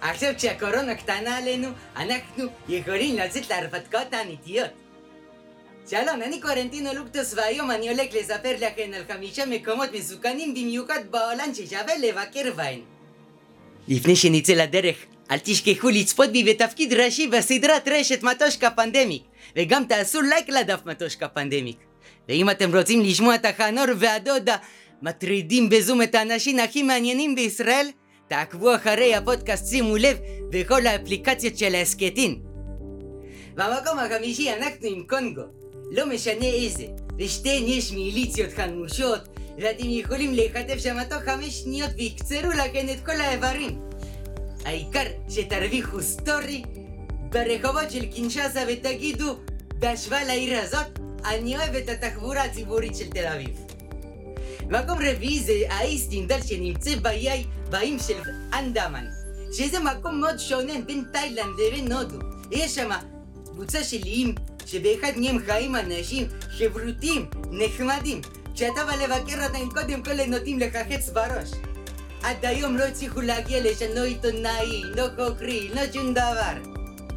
עכשיו כשהקורונה קטנה עלינו, אנחנו יכולים לצאת להרפתקאות האמיתיות. שלום, אני קורנטינו לוקטוס, והיום אני הולך לספר לכם על 5 מקומות מסוכנים במיוחד בעולם ששווה לבקר בהם. לפני שנצא לדרך, אל תשכחו לצפות בי בתפקיד ראשי בסדרת רשת מטושקה פנדמיק, וגם תעשו לייק לדף מטושקה פנדמיק. ואם אתם רוצים לשמוע את החנור והדודה מטרידים בזום את האנשים הכי מעניינים בישראל, תעקבו אחרי הפודקאסט, שימו לב, בכל האפליקציות של ההסקטים. במקום החמישי אנחנו עם קונגו, לא משנה איזה, לשתיהן יש מיליציות חמושות, ואתם יכולים להיחטף שם תוך 5 שניות ויקצרו לכן את כל האיברים. העיקר שתרוויחו סטורי ברחובות של קינשאסה ותגידו, בהשוואה לעיר הזאת, אני אוהב את התחבורה הציבורית של תל אביב. מקום רביעי זה האי סטינדל שנמצא באיים של אנדמן, שזה מקום מאוד שונה בין תאילנד לבין הודו. יש שם קבוצה של איים שבאחד מהם חיים אנשים חברותיים, נחמדים. כשאתה בא לבקר אותם קודם כל נותנים לך חץ בראש. עד היום לא הצליחו להגיע לשם לא עיתונאי, לא חוקרי, לא שום דבר.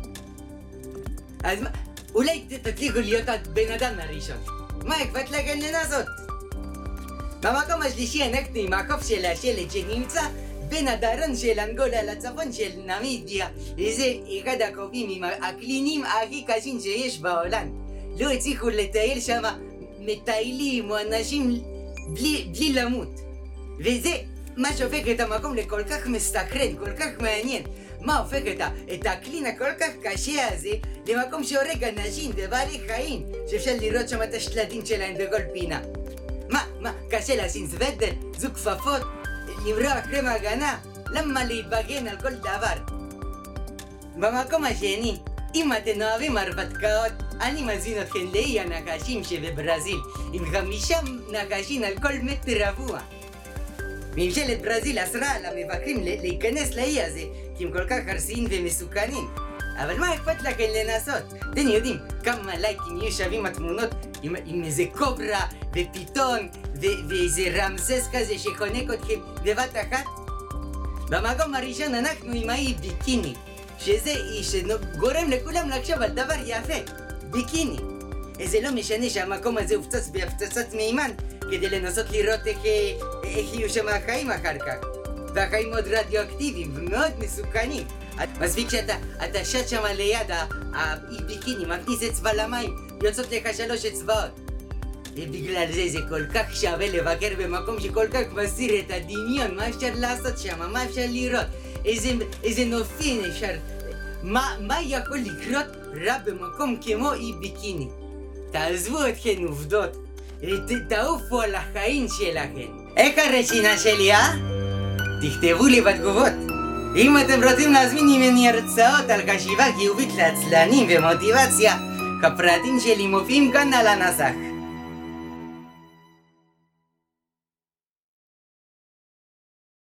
אז אולי תצליחו להיות הבן אדם הראשון. מה אכפת לכם לנסות? במקום השלישי אנחנו עם החוף של השלט שנמצא בין הדרום של אנגולה לצפון של נמיביה. וזה אחד החופים עם הקלינים הכי קשים שיש בעולם. לא הצליחו לטייל שם מטיילים או אנשים בלי למות. וזה מה שהופך את המקום לכל כך מסקרן, כל כך מעניין. מה הופך את הקלין הכל כך קשה הזה למקום שהורג אנשים ובעלי חיים, שאפשר לראות שם את השלדים שלהם בכל פינה. מה, קשה לשים סוודר, זוג כפפות, למרוח קרם הגנה? למה להתבגן על כל דבר? במקום השני, אם אתם אוהבים הרפתקאות, אני מזמין אתכם לאי הנחשים שבברזיל, עם 5 נחשים על כל מטר רבוע. ממשלת ברזיל אסרה על המבקרים להיכנס לאי הזה, כי הם כל כך ארסיים ומסוכנים. אבל מה אכפת לכם לנסות? אתם יודעים כמה לייקים יהיו שווים התמונות עם איזה קוברה ופיתון ואיזה רמסס כזה שחונק אתכם בבת אחת? במקום הראשון אנחנו עם האי ביקיני, שזה אי שגורם לכולם לחשוב על דבר יפה, ביקיני. זה לא משנה שהמקום הזה הופצץ בהפצצת מימן כדי לנסות לראות איך יהיו שם החיים אחר כך. והחיים מאוד רדיואקטיביים ומאוד מסוכנים. מספיק שאתה שט שם ליד האי ביקיני, מכניס אצבע למים, יוצאות לך 3 אצבעות. ובגלל זה כל כך שווה לבקר במקום שכל כך מסיר את הדמיון. מה אפשר לעשות שם? מה אפשר לראות? איזה נופים אפשר? מה יכול לקרות רע במקום כמו אי ביקיני? תעזבו אתכן עובדות, תעופו על החיים שלכם. איך הרשימה שלי, תכתבו לי בתגובות. אם אתם רוצים להזמין ממני הרצאות על חשיבה חיובית לעצלנים ומוטיבציה, הפרטים שלי מופיעים כאן על הנסח.